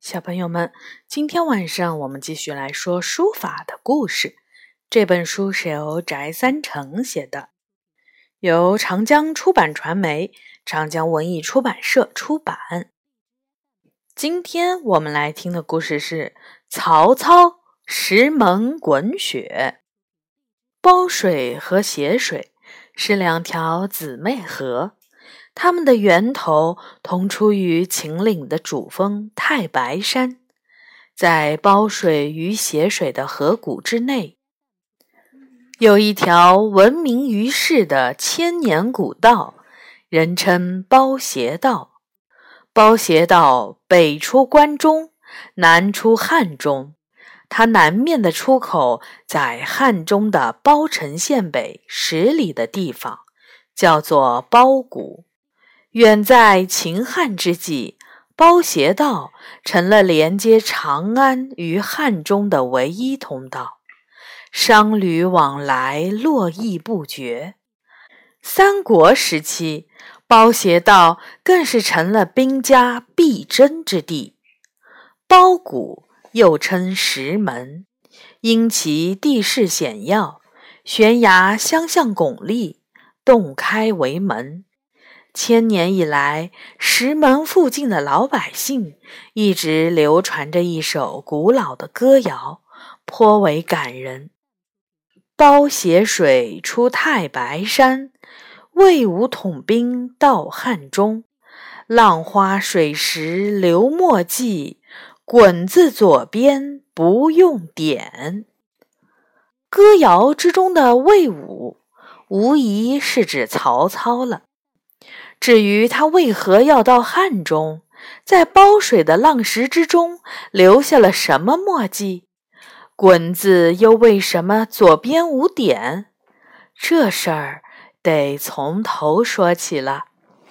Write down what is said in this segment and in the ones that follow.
小朋友们，今天晚上我们继续来说书法的故事。这本书是由翟三成写的，由长江出版传媒、长江文艺出版社出版。今天我们来听的故事是曹操石门滚雪。褒水和斜水是两条姊妹河，它们的源头同出于秦岭的主峰太白山，在褒水与斜水的河谷之内，有一条闻名于世的千年古道，人称褒斜道。褒斜道北出关中，南出汉中，它南面的出口在汉中的褒城县北10里的地方，叫做褒谷。远在秦汉之际，褒斜道成了连接长安与汉中的唯一通道，商旅往来络绎不绝。三国时期，褒斜道更是成了兵家必争之地。褒谷又称石门，因其地势险要，悬崖相向拱立，洞开为门。千年以来，石门附近的老百姓一直流传着一首古老的歌谣，颇为感人。褒斜水出太白山，魏武统兵到汉中。浪花水石流墨迹，滚字左边不用点。歌谣之中的魏武，无疑是指曹操了。至于他为何要到汉中，在褒水的浪石之中留下了什么墨迹？滚字又为什么左边无点？这事儿得从头说起了。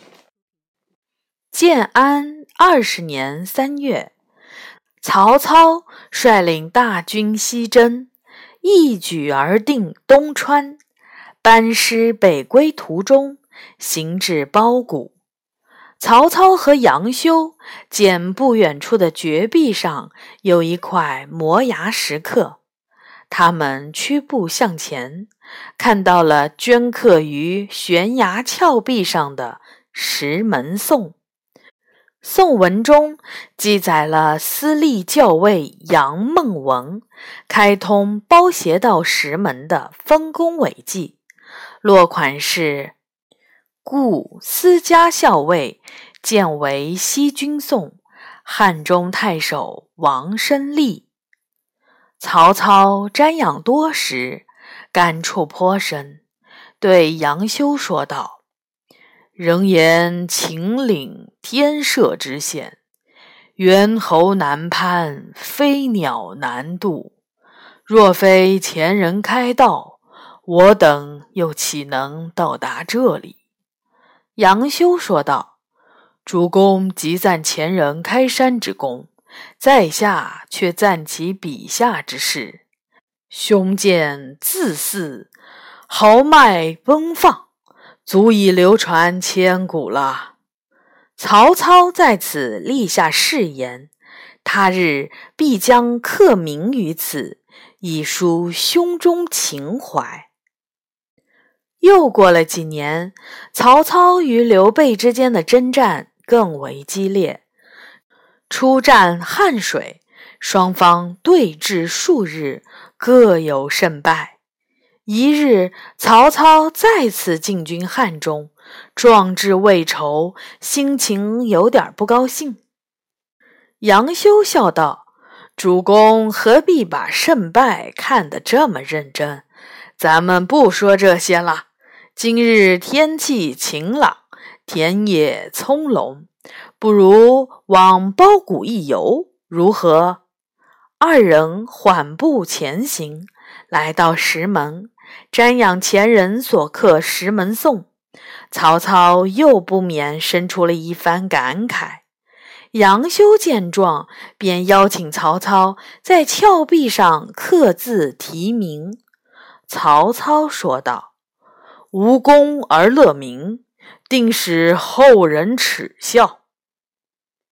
建安20年3月，曹操率领大军西征，一举而定东川。班师北归途中，行至褒谷。曹操和杨修见不远处的绝壁上有一块摩崖石刻，他们屈步向前，看到了镌刻于悬崖峭壁上的石门颂。颂文中记载了司隶校尉杨孟文开通褒斜道石门的丰功伟绩，落款是故司家校尉建为西军颂，汉中太守王生立。曹操瞻仰多时，感触颇深，对杨修说道：人言秦岭天设之险，猿猴难攀，飞鸟难渡。若非前人开道，我等又岂能到达这里？杨修说道：主公即赞前人开山之功，在下却赞其笔下之事。胸剑自肆，豪迈奔放，足以流传千古了。曹操在此立下誓言，他日必将刻名于此，以抒胸中情怀。又过了几年，曹操与刘备之间的征战更为激烈。出战汉水，双方对峙数日，各有胜败。一日，曹操再次进军汉中，壮志未酬，心情有点不高兴。杨修笑道：主公何必把胜败看得这么认真？咱们不说这些了。今日天气晴朗，田野葱茏，不如往褒谷一游，如何？二人缓步前行，来到石门，瞻仰前人所刻石门颂。曹操又不免生出了一番感慨。杨修见状，便邀请曹操在峭壁上刻字题名。曹操说道：无功而乐名，定使后人耻笑。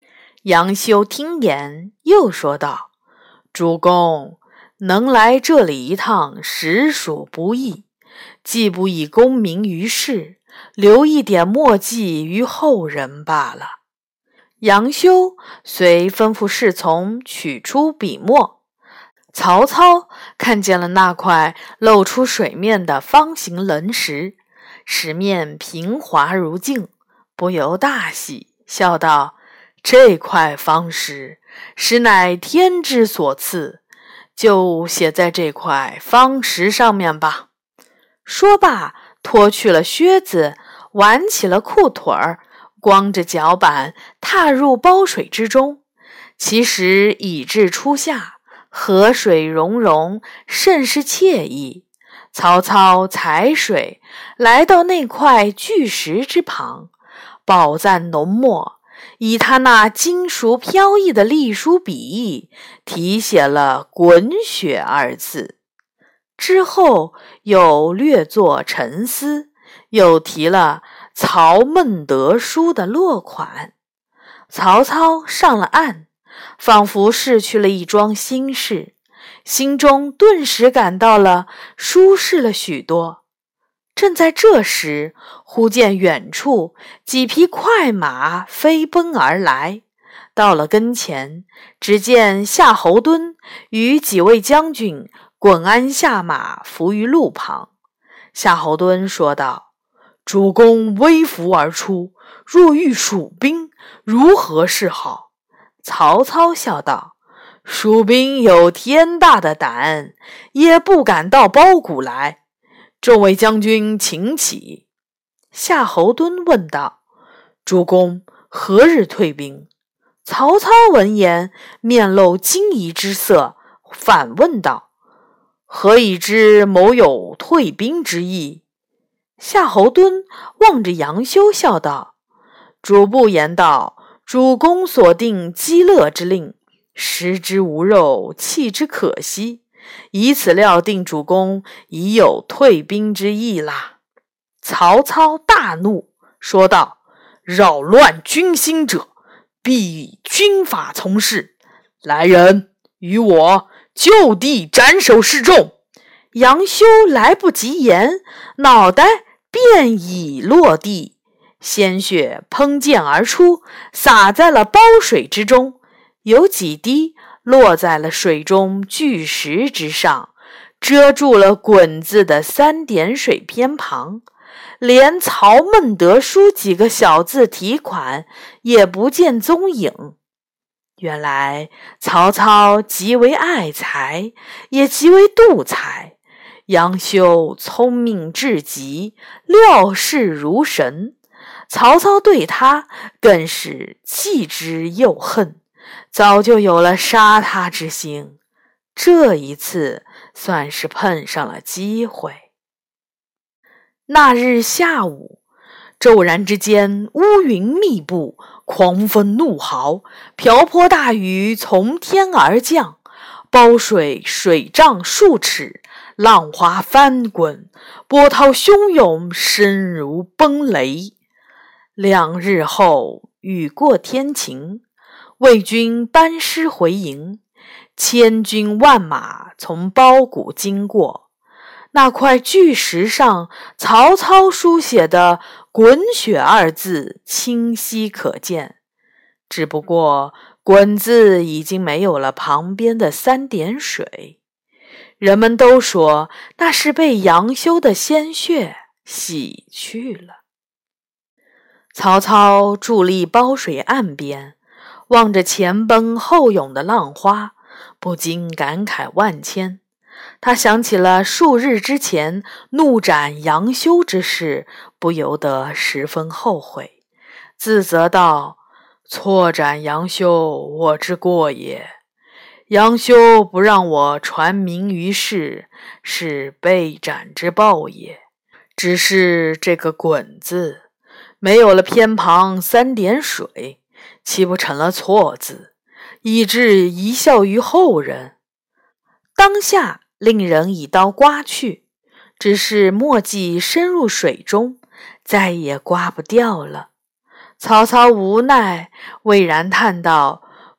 杨修听言，又说道：主公能来这里一趟，实属不易，既不以功名于世，留一点墨迹于后人罢了。杨修遂吩咐侍从取出笔墨。曹操看见了那块露出水面的方形棱石，石面平滑如镜，不由大喜，笑道：这块方石，实乃天之所赐，就写在这块方石上面吧。说罢，脱去了靴子，挽起了裤腿儿，光着脚板踏入包水之中。其实已至初夏，河水溶溶，甚是惬意。曹操踩水来到那块巨石之旁，饱蘸浓墨，以他那精熟飘逸的隶书笔意题写了滚雪二字。之后又略作沉思，又题了曹孟德书的落款。曹操上了岸，仿佛逝去了一桩心事，心中顿时感到了舒适了许多。正在这时，忽见远处几匹快马飞奔而来，到了跟前，只见夏侯惇与几位将军滚鞍下马，伏于路旁。夏侯惇说道：主公微服而出，若遇蜀兵，如何是好？曹操笑道：蜀兵有天大的胆，也不敢到包谷来。众位将军请起。夏侯惇问道：主公何日退兵？曹操闻言，面露惊疑之色，反问道：何以知某有退兵之意？夏侯惇望着杨修笑道：主簿言道，主公所定饥乐之令，食之无肉，弃之可惜，以此料定主公已有退兵之意啦。曹操大怒，说道：扰乱军心者，必以军法从事。来人，与我就地斩首示众。杨修来不及言，脑袋便已落地，鲜血喷溅而出，洒在了包水之中，有几滴落在了水中巨石之上，遮住了滚字的3点水偏旁，连曹孟德书几个小字题款也不见踪影。原来曹操极为爱才，也极为妒才。杨修聪明至极，料事如神，曹操对他更是忌之又恨，早就有了杀他之心。这一次算是碰上了机会。那日下午，骤然之间，乌云密布，狂风怒号，瓢泼大雨从天而降，包水水涨数尺，浪花翻滚，波涛汹涌，声如崩雷。2日后，雨过天晴，魏军班师回营，千军万马从包谷经过。那块巨石上，曹操书写的滚雪二字清晰可见，只不过滚字已经没有了旁边的3点水。人们都说那是被杨修的鲜血洗去了。曹操伫立包水岸边，望着前奔后涌的浪花，不禁感慨万千。他想起了数日之前怒斩杨修之事，不由得十分后悔，自责道：错斩杨修，我之过也。杨修不让我传名于世，是被斩之报也。只是这个滚字没有了偏旁3点水，岂不成了错字，以致贻笑于后人。当下令人以刀刮去，只是墨迹深入水中，再也刮不掉了。曹操无奈，巍然叹道：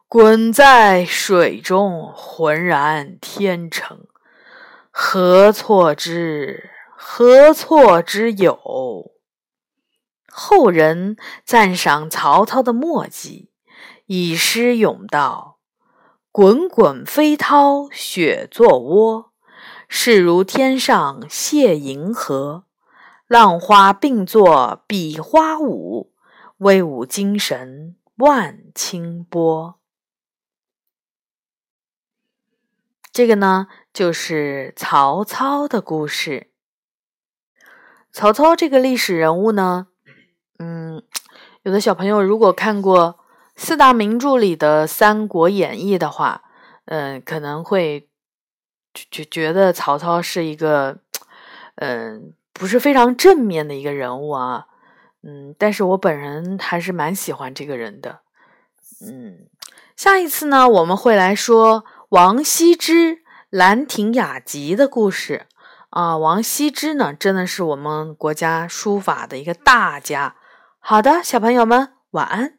滚在水中，浑然天成。何错之有？后人赞赏曹操的墨迹，以诗咏道：滚滚飞涛雪作窝，势如天上泻银河。浪花并作比花舞，威武精神万顷波。这个呢，就是曹操的故事。曹操这个历史人物呢，有的小朋友如果看过四大名著里的《三国演义》的话，可能会觉得曹操是一个，不是非常正面的一个人物啊。但是我本人还是蛮喜欢这个人的。下一次呢，我们会来说王羲之《兰亭雅集》的故事啊。王羲之呢，真的是我们国家书法的一个大家。好的，小朋友们，晚安。